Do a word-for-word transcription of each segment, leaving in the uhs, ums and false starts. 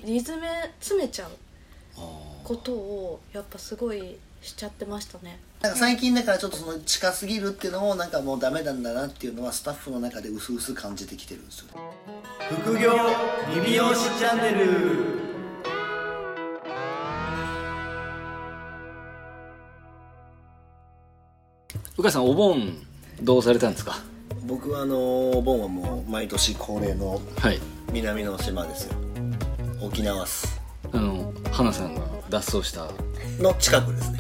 リズム詰めちゃうことをやっぱすごいしちゃってましたね。 なんか最近だからちょっとその近すぎるっていうのもなんかもうダメなんだなっていうのはスタッフの中でうすうす感じてきてるんですよ。 副業リビオシチャンネル。 宇川さん、お盆どうされたんですか？ 僕はあのお盆はもう毎年恒例のはい南の島ですよ。沖縄っす。 あの花さんが脱走したの近くですね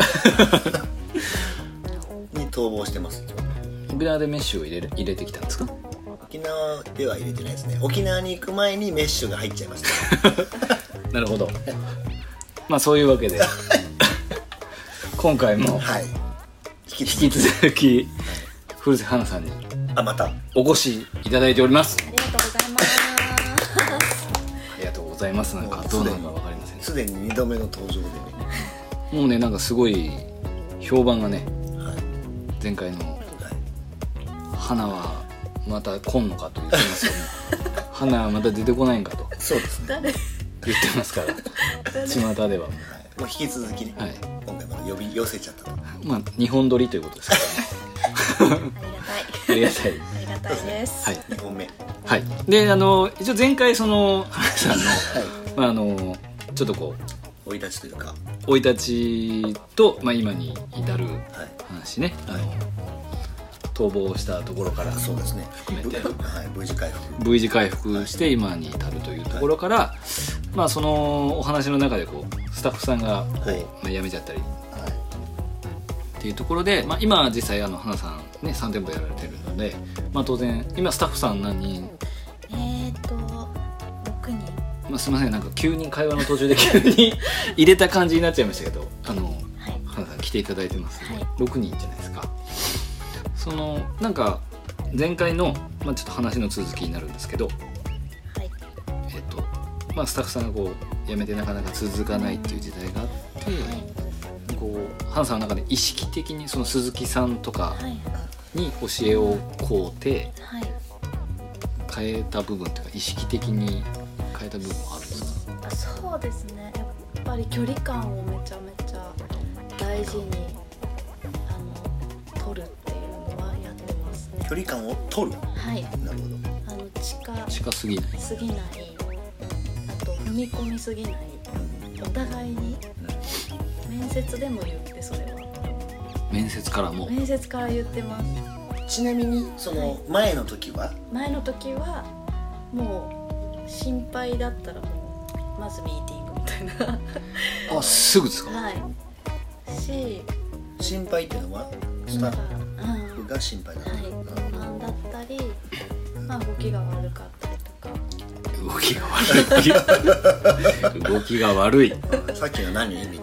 に逃亡してます。 沖縄でメッシュを入れる入れてきたんですか？ 沖縄では入れてないですね。沖縄に行く前にメッシュが入っちゃいましたなるほどまあそういうわけで今回もはい引き続き古瀬花さんにあまたお越しいただいております。 ありがとうございますありがとうございます。なんかどうなるか分かりません。 すでににどめの登場でね。 もうね、なんかすごい評判がね、 はい、 前回のはい花はまた来んのかと言ってますけど、ね、花はまた出てこないんかとそうですね誰言ってますから巷では、 はい、もう引き続きね、 はい、 今回まで呼び寄せちゃったと。 まあにほん撮りということですからねありがたいありがたいありがたいです。 はいにほんめはい。で、あの一応前回その花さんの、 はいまああのちょっとこう生い立ちというか生い立ちと、まあ、今に至るはい話ね、あの逃亡したところからそうですね含めてはい、V 字回復 V 字回復して今に至るというところから、はい、まあそのお話の中でこうスタッフさんがこう、 はいまあ、辞めちゃったりはいっていうところで、まあ、今実際あの花さんねさん店舗やられてるので、まあ、当然今スタッフさん何人？ えーとろくにん。 まあ、すみません、なんか急に会話の途中で急に入れた感じになっちゃいましたけど、あの、 はい花さん来ていただいてます、 はい、 ろくにんじゃないですか。そのなんか前回の、まあ、ちょっと話の続きになるんですけど、 はいえっとまあ、スタッフさんがこう辞めてなかなか続かないっていう時代があって、 はいこう花さんの中で意識的にその鈴木さんとかはいに教えを請うてはい変えた部分というか意識的に変えた部分はあるんですか？ あそうですね。やっぱり距離感をめちゃめちゃ大事にあの取るっていうのはやってますね。 距離感を取る。 はい。 なるほど。 あの近近すぎないすぎない、あと踏み込みすぎない、お互いに面接でも言ってそれは面接からも面接から言ってます。 ちなみにその前の時は前の時はもう心配だったらもうまずミーティングみたいなあすぐですか？ はいし心配っていうのはスタなんかッフが心配だはい不安だったり、まあ、動きが悪かったりとか動きが悪い動きが悪いさっきの何みたい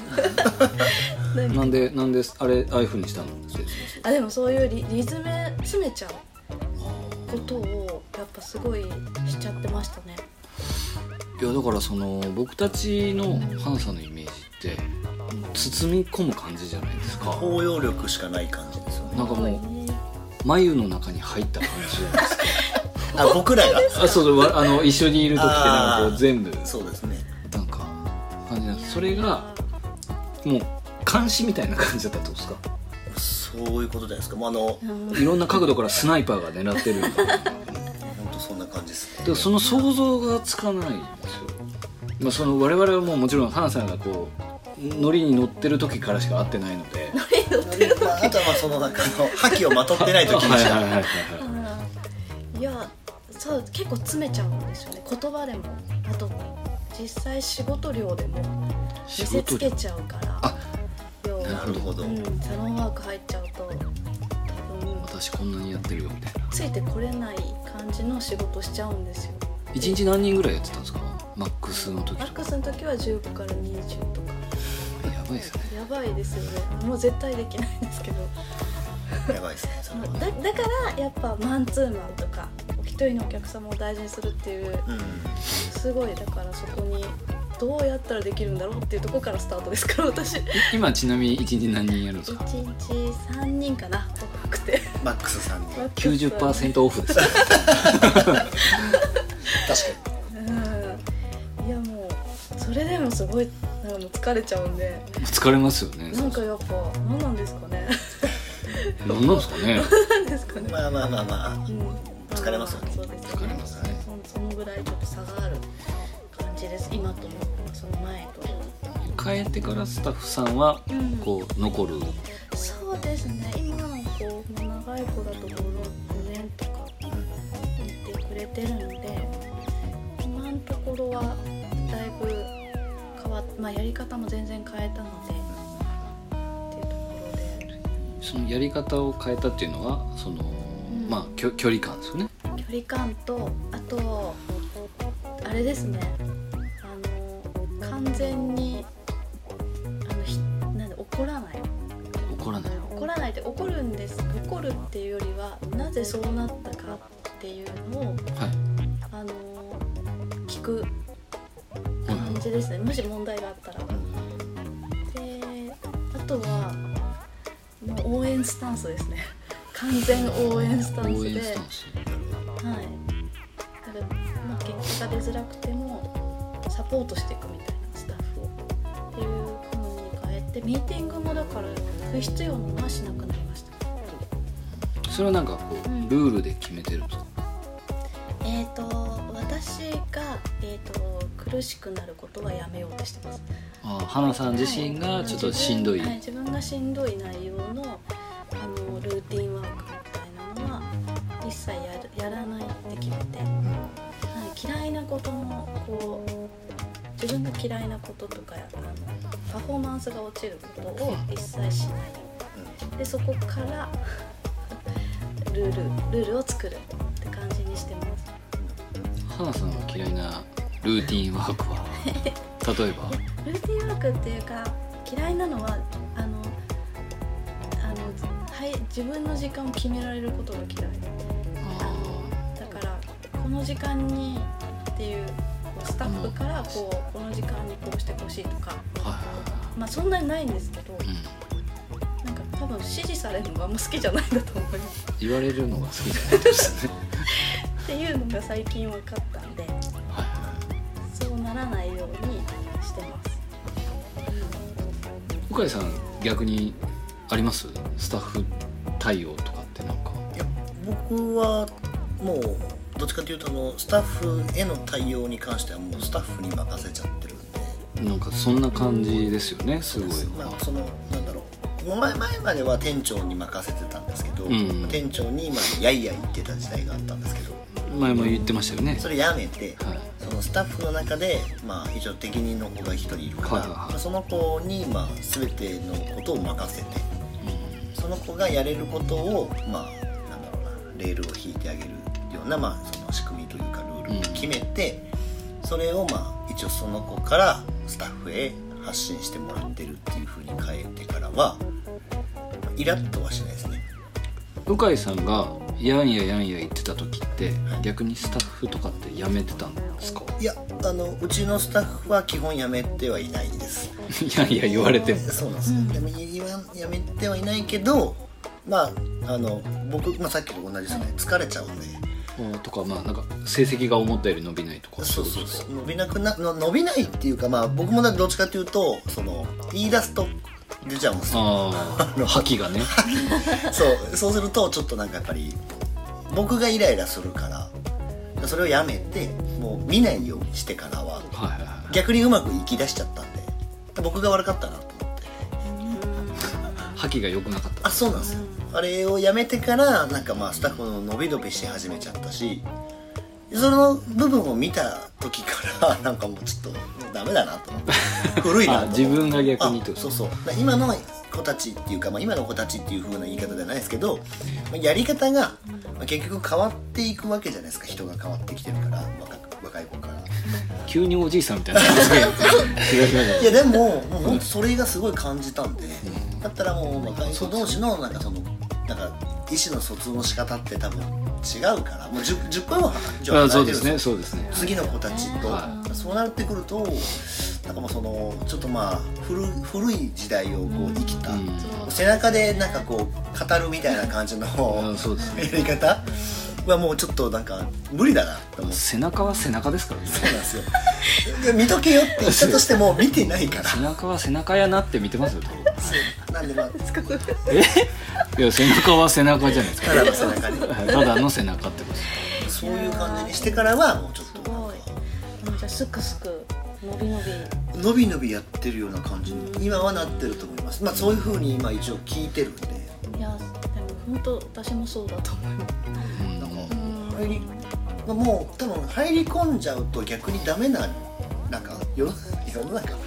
なんでなんであれああいう風にしたの？ あでもそういう リ, リズム詰めちゃうことをやっぱすごいしちゃってましたね。 いやだからその僕たちの花さんのイメージって包み込む感じじゃないですか。 な包容力しかない感じですよね。 なんかもう眉の中に入った感じじゃないですかあ僕らがあそうそうあの一緒にいる時ってなんかこう全部そうですねなんか感じなんです。それがもう監視みたいな感じだったってことですか？ そういうことじゃないですか。もうあのうんいろんな角度からスナイパーが狙ってるみたいな本当そんな感じですね。 でもその想像がつかないんですよ。まあ、その我々はもうもちろん花さんがこうノリに乗ってる時からしか会ってないのでまあ、あとはまあそのなんかあの覇気をまとってない時にしかはいはいはいはいいやそう結構詰めちゃうんですよね。言葉でもあと実際仕事量でも見せつけちゃうからあ要はなるほど、 うん、サロンワーク入っちゃうと多分私こんなにやってるよみたいな。 ついてこれない感じの仕事しちゃうんですよ。 いちにち何人ぐらいやってたんですか？マックスの時とか。 マックスの時はじゅうごからにじゅうとかやばいですね。 やばいですよね。もう絶対できないんですけどやばいですねそれはだ, だからやっぱマンツーマンとか一人のお客様を大事にするっていううんすごいだからそこにどうやったらできるんだろうっていうところからスタートですから私今ちなみにいちにち何人やるんですか？ いちにちさんにんかな多くてマックスさんにん確かきゅうじゅっパーセントオフですねうんいやもうそれでもすごいなんかもう疲れちゃうんで、 疲れますよね。 なんかやっぱ何なんですかね何なんですかね何ですかね。 まあまあまあまあ、 うん、 疲れますよね。 そうですね。 疲れますね。 そ, そのぐらいちょっと差がある感じです。今とその前と。 帰ってからスタッフさんはうんこう残る、 そうですね。今の子も長い子だとごねんとかいてくれてるので、今のところはだいぶ変わっ、まあやり方も全然変えたのでっていうところで、 そのやり方を変えたっていうのはその、 うんまあ距距離感ですよね。 距離感とあとあれですね。あの完全にあのひなんで怒らない。 怒らない。 怒らないって怒るんです。怒るっていうよりはなぜそうなったかっていうのをはい。 あの聞く感じですね。もし問題があったら。で、あとはもう応援スタンスですね。完全応援スタンスで、 応援スタンス。 はい。だからまあ結果が出づらくてもサポートしていくみたいなスタッフをっていう風に変えて、ミーティングもだから不必要なのはしなくなりました。 それはなんかこう、 うんルールで決めてるんですか。 えーと私が、えーと苦しくなることはやめようとしてます。 ああ、花さん自身がちょっとしんどい。 はい、自分がしんどい内容の、あのルーティンワークみたいなのは一切やる、やらないって決めて、はい、嫌いなこともこう自分が嫌いなこととかあのパフォーマンスが落ちることを一切しないで、そこからルールルールを作るって感じにしてます。 花さんの嫌いなルーティンワークは例えばルーティンワークっていうか嫌いなのはあのあの、はい、自分の時間を決められることが嫌い。あのだからこの時間にっていうこうスタッフからこうこの時間にこうしてほしいとか、 はいはいまあそんなにないんですけど、 はい、うん、 なんか多分指示されるのがあんま好きじゃないんだと思います。 言われるのが好きじゃないですねっていうのが最近分かったんで、そうならないようにしてます。 向井さん逆にあります？スタッフ対応とかってなんか。 いや僕はもうどっちかというとあのスタッフへの対応に関してはもうスタッフに任せちゃってるんで、 なんかそんな感じですよね、すごい。 まあそのなんだろう、前前までは店長に任せてたんですけど、 うん店長にまあやいやい言ってた時代があったんですけど、 前も言ってましたよね。 それやめて、 はい、 そのスタッフの中で、まあ、一応適任の子が一人いるから、 はいはいはいまあその子に、まあ、全てのことを任せて、その子がやれることを、まあ、なんだろうな、レールを引いてあげるような、まあ、その仕組みというかルールを決めて、それを、まあ、一応その子からスタッフへ発信してもらってるっていう風に変えてからはイラッとはしないですね。 向井さんがやんややんや言ってた時って、はい、逆にスタッフとかってやめてたんですか？ いや、あのうちのスタッフは基本やめてはいないんです。 やんや言われても。 そうなんですよ、うん、でも言わやめてはいないけど、まああの僕、まあ、さっきと同じですね、疲れちゃうんでとか、まあなんか成績が思ったより伸びないとか。 そうそうそう、伸びなくなの伸びないっていうか、まあ僕もどっちかというとその言い出すと出ちゃうんですよ。 ああ、覇気がねそうそうするとちょっとなんかやっぱり僕がイライラするからそれをやめてもう見ないようにしてからは、はいはいはい、逆にうまくいき出しちゃったんで僕が悪かったなと思って。 覇気が良くなかった。 あ、そうなんですよ。あれをやめてからなんかまあスタッフの伸び伸びし始めちゃったし、その部分を見た時からなんかもうちょっともうダメだなと思って古いなと思って自分が逆にと。 そうそう、今の子たちっていうか、まあ、今の子たちっていう風な言い方じゃないですけど、やり方が結局変わっていくわけじゃないですか。人が変わってきてるから、若, 若い子から急におじいさんみたいな感じでいやでももう本当それがすごい感じたんで、うん、だったらもう若い子同士のなんかそのなんか意思の疎通の仕方って多分違うから、もう 10, 10分はじゃあそうですね、そうですね。 次の子たちと、はい、そうなってくるとなんかもうそのちょっとまあ 古, 古い時代をこう生きた、うん、背中でなんかこう語るみたいな感じの、うん、そうですね、やり方はもうちょっとなんか無理だなと思って。 背中は背中ですからね。 そうなんですよ。で見とけよって言ったとしても見てないから。 背中は背中やなって見てますよ多分。 なんでまあえいや背中は背中じゃないですか。 ただの背中にただの背中ってことそういう感じにしてからはもうちょっとすごい。じゃあすくすく伸び伸び伸び伸びやってるような感じに今はなってると思います。まあそういう風に今一応聞いてるんで。 いやでも本当私もそうだと思います。 なんか入りもう多分入り込んじゃうと逆にダメななんか世の中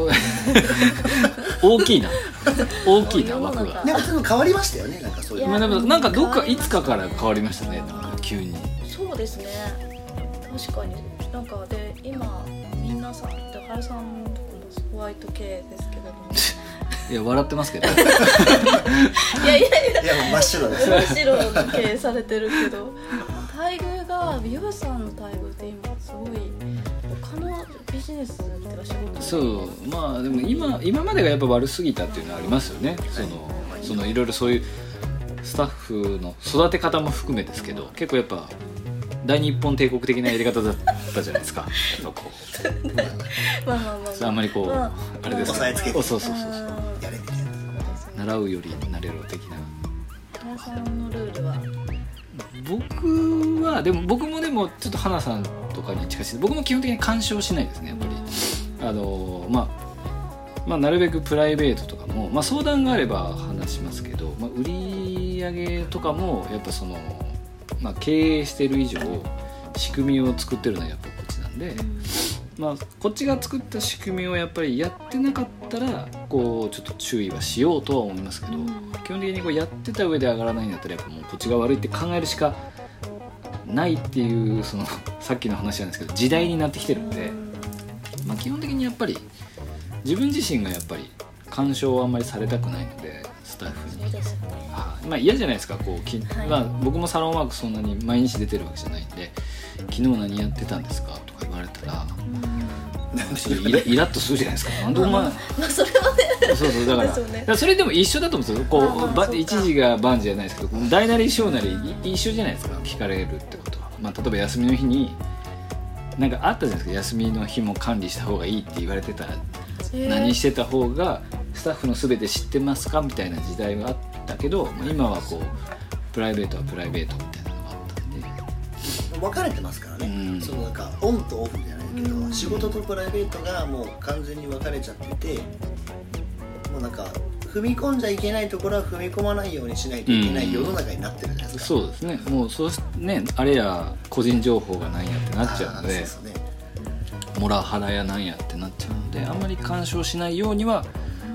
大きいな大きいな枠が。 でもでも変わりましたよねなんかそういう。 まあでもなんかどっかいつかから変わりましたねなんか急に。 そうですね確かになんかで今皆さんで原さんとかもホワイト系ですけどもいや笑ってますけどいやいやいやいやもう真っ白です真っ白の系されてるけど待遇が美容師さんの待遇って今すごい他のビジネスってか仕事そうまあでも今今までがやっぱ悪すぎたっていうのはありますよね。そのそのいろいろそういうスタッフの育て方も含めですけど結構やっぱ大日本帝国的なやり方だったじゃないですか。やっぱこうまあまあまあ、まあ、 あんまりこう、まあ、あれです押さえつけてそうそうそうそうやれみたいな習うより慣れろ的な。 原さんのルールは僕はでも僕もでもちょっと花さんとかに近しい僕も基本的に干渉しないですねやっぱり。あのまあまあなるべくプライベートとかも、まあ、相談があれば話しますけど、まあ、売り上げとかもやっぱその、まあ、経営してる以上仕組みを作ってるのはやっぱこっちなんで、まあ、こっちが作った仕組みをやっぱりやってなかったらこうちょっと注意はしようとは思いますけど、基本的にこうやってた上で上がらないんだったらやっぱもうこっちが悪いって考えるしかないっていうそのさっきの話なんですけど時代になってきてるんで、まあ、基本的にやっぱり自分自身がやっぱり干渉をあんまりされたくないのでスタッフに。 そうですよね。 まあ嫌じゃないですかこうき、 はいまあ、僕もサロンワークそんなに毎日出てるわけじゃないんで昨日何やってたんですかとか言われたらイライラッとするじゃないですか。なんでお前まあそれはねそうそうだからですよねだからそれでも一緒だと思うんですよ。こあーうばそうか一時が万事じゃないですけど大なり小なりい一緒じゃないですか聞かれるってことは。まあ、例えば休みの日になんかあったじゃないですか休みの日も管理した方がいいって言われてたら何してた方がスタッフの全て知ってますかみたいな時代があったけど、まあ、今はこうプライベートはプライベートみたいなのがあったんで分かれてますからね、 うんそのなんかオンとオフじゃないけど、 うん仕事とプライベートがもう完全に分かれちゃっててもうなんか踏み込んじゃいけないところは踏み込まないようにしないといけない世の中になってるじゃないですか、 そうですねもうそうしねあれや個人情報がなんやってなっちゃうのあーでそうですねモラハラやなんやってなっちゃうのであんまり干渉しないようには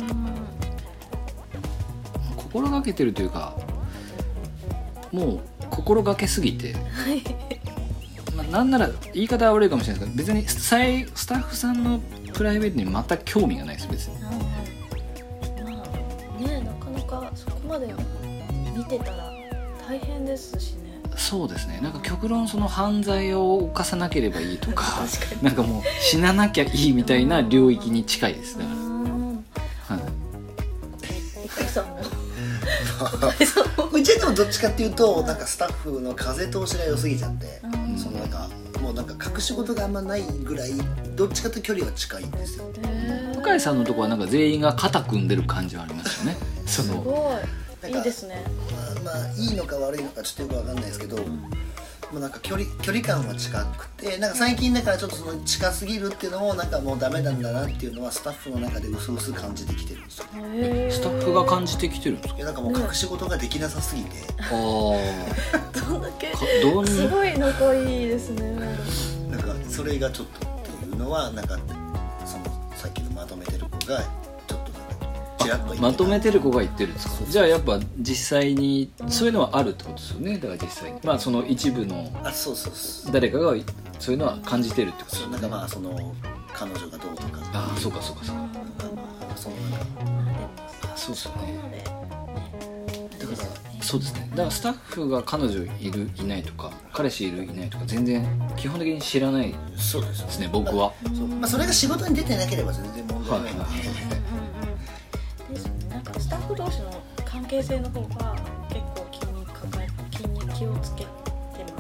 心がけてるというかもう心がけすぎて、まあ、なんなら言い方は悪いかもしれないですけど別にスタイスタッフさんのプライベートに全く興味がないです別に。 まあねなかなかそこまで見てたら大変ですしね。 そうですねなんか極論その犯罪を犯さなければいいとか確かになんかもう死ななきゃいいみたいな領域に近いですだかうんら、はい、 お父さんもうちはでもどっちかっていうとなんかスタッフの風通しが良すぎちゃって、 うんそのなんかもうなんか隠し事があんまないぐらいどっちかというと距離は近いんですよ。 へー向井さんのとこはなんか全員が肩組んでる感じはありますよねそのすごいいいですね。 まあ、まあいいのか悪いのかちょっとよくわかんないですけど、もうなんか距離距離感は近くてなんか最近だからちょっとその近すぎるっていうのもなんかもうダメなんだなっていうのはスタッフの中で薄々感じてきてるんですよ。 へースタッフが感じてきてるんですか。 いやなんかもう隠し事ができなさすぎて、 あどんだけあどうにすごい仲いいですね。 なんかそれがちょっとっていうのはなんかそのさっきのまとめてる子がちょっとなんかちらっと言ってたまとめてる子が言ってるんですか。じゃあやっぱ実際にそういうのはあるってことですよね。だから実際にまあその一部のあそうそうそう誰かがそういうのは感じてるってことですよね。 そうなんかまあその彼女がどうとかああそうかそうかそうか。 なんかまあそのなんかあそうですよね。 なのでだからそうですね。だからスタッフが彼女いるいないとか彼氏いるいないとか全然基本的に知らないそうですよですね僕は。 そうまあそれが仕事に出てなければ全然問題ないんで、 はいはいですね。なんかスタッフ同士の関係性の方が結構気にかか気に気をつけてます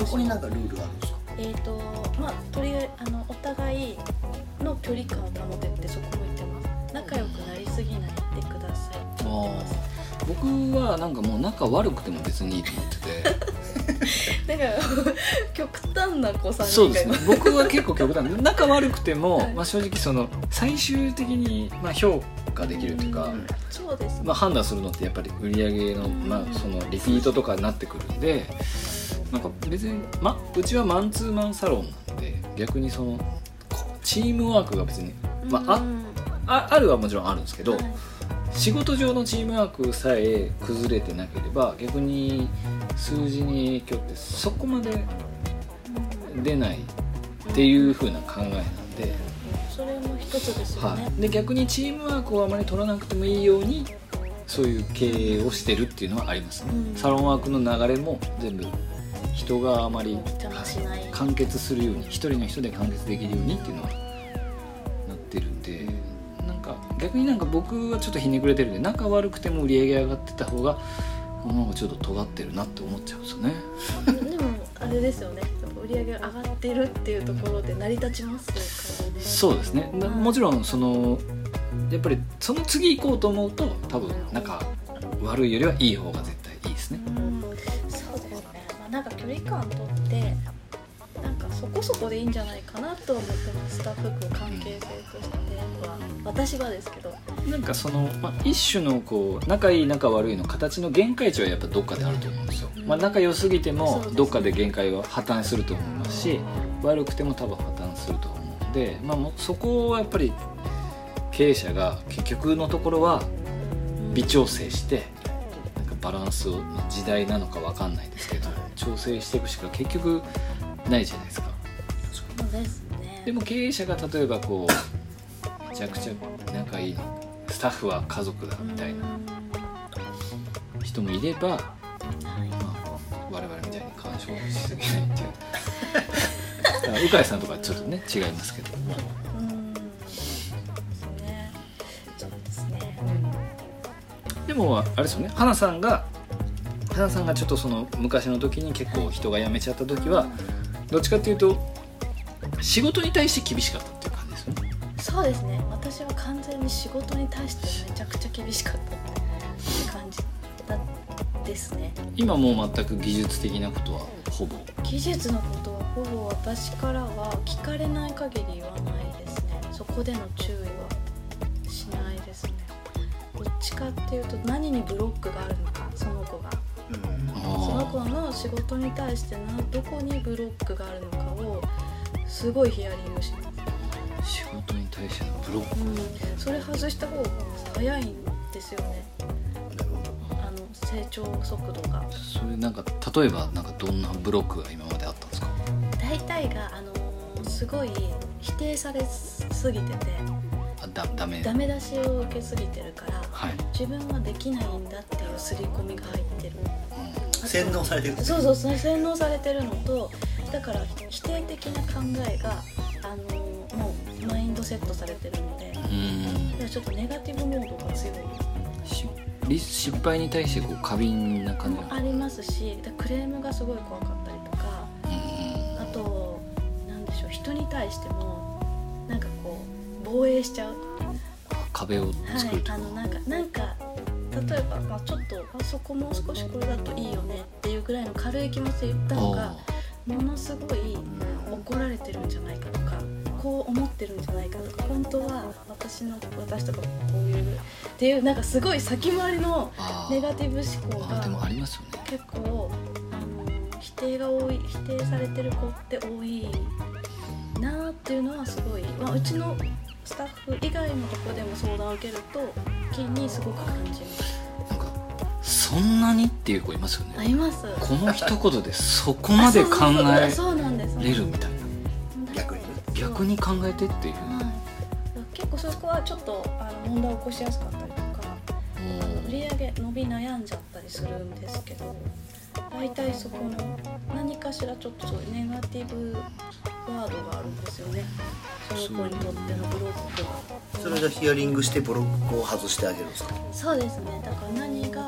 そこになんかルールがあるんですか？ えーとまあとりあえずあのお互いの距離感を保てってそこも言ってます。仲良くなりすぎないでくださいって言ってます。 僕はなんかもう仲悪くても別にいいと思っててだから極端な子さんそうですね、僕は結構極端で仲悪くても、 はいまあ、正直その最終的にまあ評価できるというか、 んそうですね、 まあ、判断するのってやっぱり売り上げの、まあ、そのリピートとかになってくるんで、なんか別に、ま、うちはマンツーマンサロンなんで逆にそのチームワークが別に、まあ、 うんあ, ああるはもちろんあるんですけど、 はい仕事上のチームワークさえ崩れてなければ逆に数字に影響ってそこまで出ないっていう風な考えなんで、 それも一つですよね、 はい、で逆にチームワークをあまり取らなくてもいいようにそういう経営をしてるっていうのはありますね、 うんサロンワークの流れも全部人があまり邪魔しない。 完結するように一人の人で完結できるようにっていうのはなってるんで、なんか逆になんか僕はちょっとひねくれてるんで仲悪くても売り上げ上がってた方がなんかちょっと尖ってるなって思っちゃうんですよね。 でもあれですよね、売り上げが上がってるっていうところで成り立ちますからね。 そうですね、なもちろんそのやっぱりその次行こうと思うと多分仲悪いよりはいい方が絶対いいですね。 うんそうですね、まあ、なんか距離感とってなんかそこそこでいいんじゃないかなと思ってます。スタッフと関係性としては私はですけど、 なんかその、まあ、一種のこう仲いい仲悪いの形の限界値はやっぱどっかであると思うんですよ、まあ、仲良すぎてもどっかで限界は破綻すると思いますし、悪くても多分破綻すると思うんで、まあ、もうそこはやっぱり経営者が結局のところは微調整してなんかバランスを時代なのか分かんないですけど調整していくしか結局ないじゃないですか。 そうですね。 でも経営者が例えばこうめちゃくちゃ仲いいのスタッフは家族だみたいな人もいれば、まあ、我々みたいに干渉しすぎないっていうだから鵜飼さんとかちょっとね違いますけど、 うんですね。そうですね。 でもあれですよね、花さんが花さんがちょっとその昔の時に結構人が辞めちゃった時はどっちかっていうと仕事に対して厳しかったっていう感じですよね。 そうですね、私は完全に仕事に対してめちゃくちゃ厳しかったって感じだですね。 今もう全く技術的なことはほぼ技術のことはほぼ私からは聞かれない限り言わないですね。そこでの注意はしないですね。どっちかっていうと何にブロックがあるのか、その子がその子の仕事に対してなどこにブロックがあるのかをすごいヒアリングします。 仕事に対してのブロック、 うん、それ外した方が早いんですよね。あの成長速度が。 それなんか例えばなんかどんなブロックが今まであったんですか？ 大体があのすごい否定されすぎてて、 あだダメダメ出しを受けすぎてるから、 はい、 自分はできないんだっていう刷り込みが入ってる。 洗脳されてる。 そうそうそう、洗脳されてるのと、だから否定的な考えがあのもうマインドセットされてるので、 うんちょっとネガティブモードが強い。 し失敗に対してこう過敏な感じもありますし、クレームがすごい怖かったりとか、 うんあとなんでしょう、人に対してもなんかこう防衛しちゃう。 壁を作るとか、 はい、あのなんかなんか例えば、まあ、ちょっとあそこもう少しこれだといいよねっていうぐらいの軽い気持ちで言ったのがものすごい怒られてるんじゃないかとか、こう思ってるんじゃないかとか、本当は私の私とかこういうっていうなんかすごい先回りのネガティブ思考がでもありますよね。 結構あの否定が多い否定されてる子って多いなっていうのはすごい、まあ、うちのスタッフ以外のところでも相談を受けると気にすごく感じます。 なんかそんなにっていう子いますよね。 あります。 この一言でそこまで考えそうなんですれるみたいな。 逆に逆に考えてっていうふうに、 はい、結構そこはちょっとあの問題を起こしやすかったりとか、売り上げ伸び悩んじゃったりするんですけど、大体そこの何かしらちょっとそういうネガティブワードがあるんですよね。その子にとってのブロックが。 それじゃヒアリングしてブロックを外してあげるんですか？ そうですね。だから何が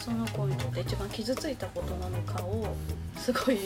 その子にとって一番傷ついたことなのかをすごい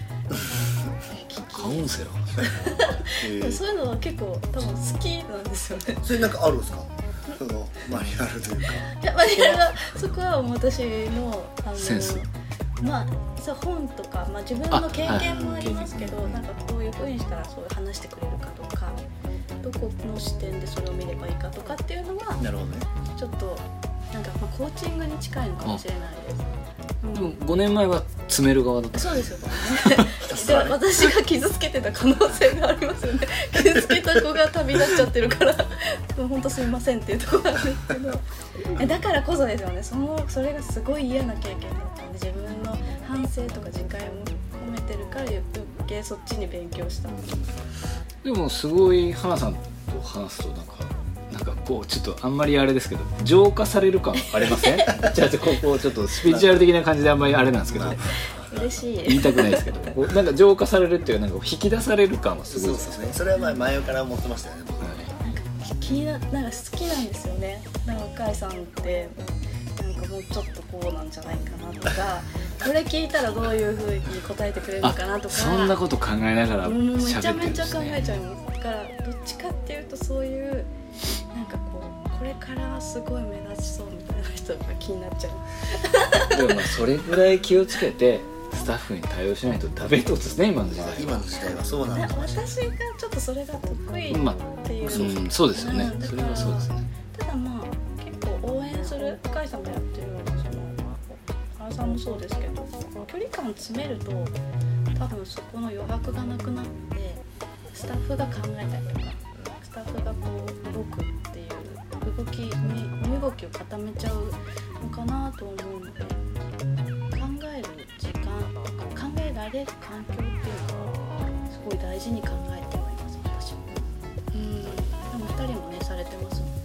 カウンセラえー、 そういうのは結構多分好きなんですよね。 それなんかあるんですか、そのマニュアルというか。 いやマニュアルはそこは私のあのセンスまあそう本とか、まあ、自分の経験もありますけど、なんかこういう風にしたらそう話してくれるかとか、どこの視点でそれを見ればいいかとかっていうのはなるほどね。 ちょっとなんかまあコーチングに近いのかもしれないです。うん、 でもごねんまえは詰める側だった。 そうですよね。で私が傷つけてた可能性がありますよね。傷つけた子が旅立っちゃってるから本当すいませんっていうところなんですけど、えだからこそですよね。そのそれがすごい嫌な経験だったんで、自分の反省とか自戒を込めてるから余計そっちに勉強した。 でもすごい花さんと話すとなんかなんかこうちょっとあんまりあれですけど浄化される感ありません？じゃあここちょっとスピリチュアル的な感じであんまりあれなんですけど、 嬉しい。 言いたくないですけど、こうなんか浄化されるっていうなんか引き出される感はすごいですね。 そうですね。それは前前から思ってましたよね。僕はね。 気にななんか好きなんですよね。なんか向井さんってなんかもうちょっとこうなんじゃないかなとか、これ聞いたらどういう風に答えてくれるのかなとか、 そんなこと考えながらもうめちゃ喋ってるめちゃ考んですね。 えちゃいます。だからどっちかっていうとそういうなんかこうこれからすごい目立ちそうみたいな人が気になっちゃう。 でもまあそれぐらい気をつけてスタッフに対応しないとダメってことですね、今の時代は。 今の時代はそうなんだ。 私がちょっとそれが得意まっていう、 あ、うん、そうですよね、 うん、 それはそうですね。 ただまあ結構応援する、向井さんもやってるようなその原さんもそうですけど、距離感詰めると多分そこの余白がなくなってスタッフが考えたりとかスタッフがこう動くっていう動きに身動きを固めちゃうのかなと思うので、考える時間とか考えられる環境っていうのはすごい大事に考えてはいます私も。うん、でもふたりもねされてますもん。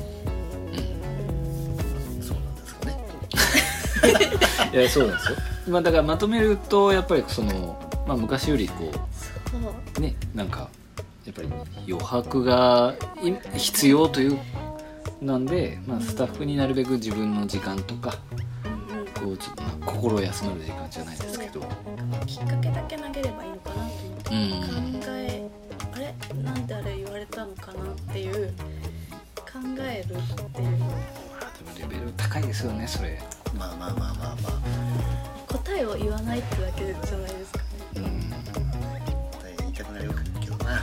そうなんですかね。 いやそうなんですよ。まあだからまとめるとやっぱりその、まあ、昔よりこそううねなんかやっぱり余白が必要というなんで、まあ、スタッフになるべく自分の時間とかこうちょっとまあ心休まる時間じゃないですけど、 きっかけだけ投げればいいのかなと思って、 うん考えあれなんであれ言われたのかなっていう考えるっていう、 でもレベル高いですよねそれ。 まあまあまあまあまあ。 答えを言わないってだけじゃないですかね。 うん答え言いたくなるけどな。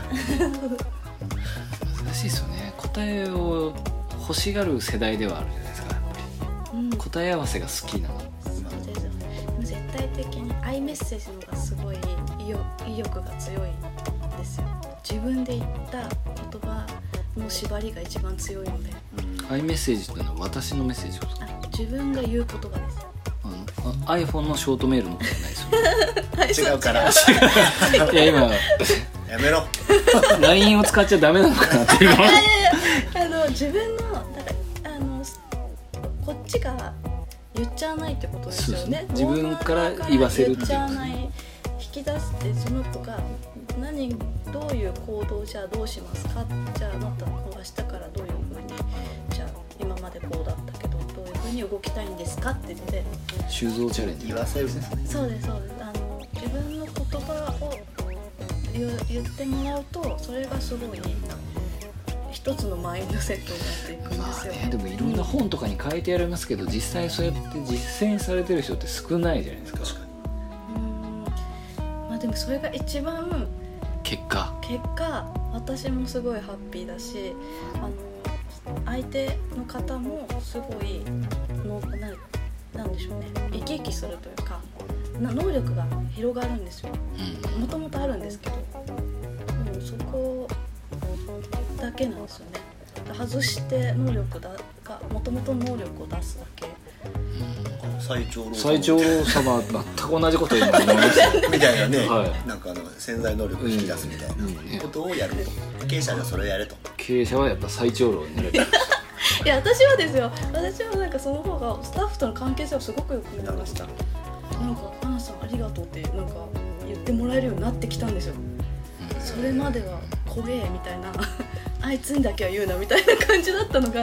難しいですよね。答えを欲しがる世代ではあるじゃないですかやっぱり、 うん、 答え合わせが好きなの。 そうですよね。でも絶対的にアイメッセージの方がすごい意欲、意欲が強いんですよ。自分で言った言葉の縛りが一番強いので。 アイメッセージっていうのは私のメッセージですか？ あ、自分が言う言葉です。 あのあ iPhone のショートメールのことじゃないですよね。 違うから。 いや今やめろ。 ライン を使っちゃダメなのかなっていうの。 いやいやいやあの自分のだからあのこっちが言っちゃわないってことですよね。 そうそう自分から言わせるっていう言っちゃわない、引き出してその子が何どういう行動じゃあどうしますか、じゃああなた明日からどういうふうにじゃあ今までこうだったけどどういうふうに動きたいんですかって言って修造チャレンジ言わせるんですね。 そうですそうです。あの自分の言葉を言, 言ってもらうとそれがすごい一つのマインドセットになっていくんまですよ。 あね、でもいろんな本とかに書いてありますけど実際そうやって実践されてる人って少ないじゃないですか。 確かに。 うん、まあでもそれが一番結果結果私もすごいハッピーだし、あの相手の方もすごいの な, なんでしょうね生き生きするというかな能力が広がるんですよ。もともとあるんですけど、でもそこだけなんですよね。外して能力だがもともと能力を出すだけ。 最長老最長老様全く同じこと言うの思いますよみたいなね、 はなんかあの潜在能力を引き出すみたいうんうんねなことをやると、経営者がそれをやれと。 経営者はやっぱ最長老になれる。 いや私はですよ、私はなんかその方がスタッフとの関係性はすごく良くなりました。なんかアナさんありがとうってなんか言ってもらえるようになってきたんですよ。それまでは怖えみたいなあいつにだけは言うなみたいな感じだったのが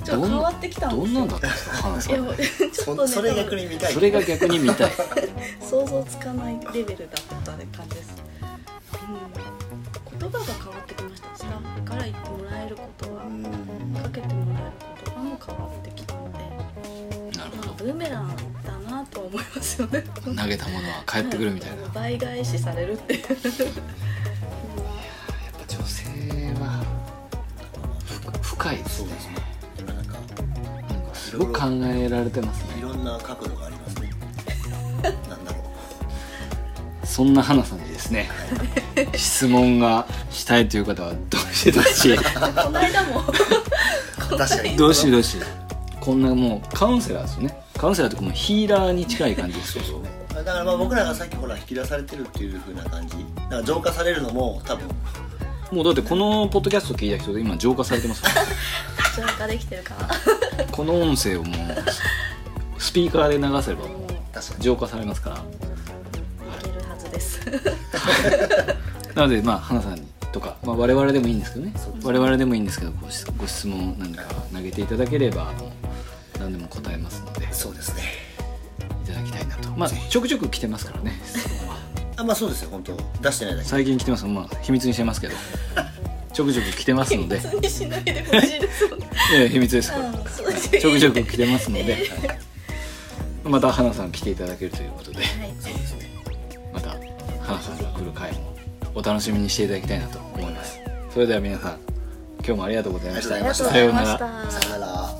ちょっと変わってきたんですよ。 どんなんだったんですか花さん。 いやちょっとね、 それ逆に見たい。 それが逆に見たい。 想像つかないレベルだった感じです、うん、言葉が変わってきました。スタッフから言ってもらえることは、かけてもらえる言葉も変わってきたので、 なるほど。 まあ、ブーメランだなと思いますよね。 投げたものは返ってくるみたいな。 倍返しされるっていう。 やっぱ女性は深いですね。 なんかなんかすごく考えられてますね。 いろんな角度がありますね。なんだろそんな花さんにですね、質問がしたいという方はどしどしこの間もう。確かに。 どしどしこんなもうカウンセラーですよね。カウンセラーとかもヒーラーに近い感じですけど。 だからまあ僕らがさっきほら引き出されてるっていう風な感じ。だから浄化されるのも多分。 もうだってこのポッドキャスト聞いた人で今浄化されてますよね。 浄化できてるかな。 この音声をもうスピーカーで流せればもう確かに。 浄化されますから。 いけるはずです。 なのでまあ花さんにとか、まあ、我々でもいいんですけどね、我々でもいいんですけど、ご質、ご質問何か投げていただければもう何でも答えますので、 そうですね。 いただきたいなと。まあちょくちょく来てますからね。 あ、まあそうですよ。本当出してないだけ。 最近来てます。まあ秘密にしてますけど、ちょくちょく来てますので。 秘密にしないでほしいです。 ええ、秘密ですから。 あそうですねちょくちょく来てますので、また花さん来ていただけるということで、 はい、 そうですね。 また花さんが来る回もお楽しみにしていただきたいなと思います。それでは皆さん、今日もありがとうございました。 ありがとうごありがとうございまさようなら。 した。 さよなら。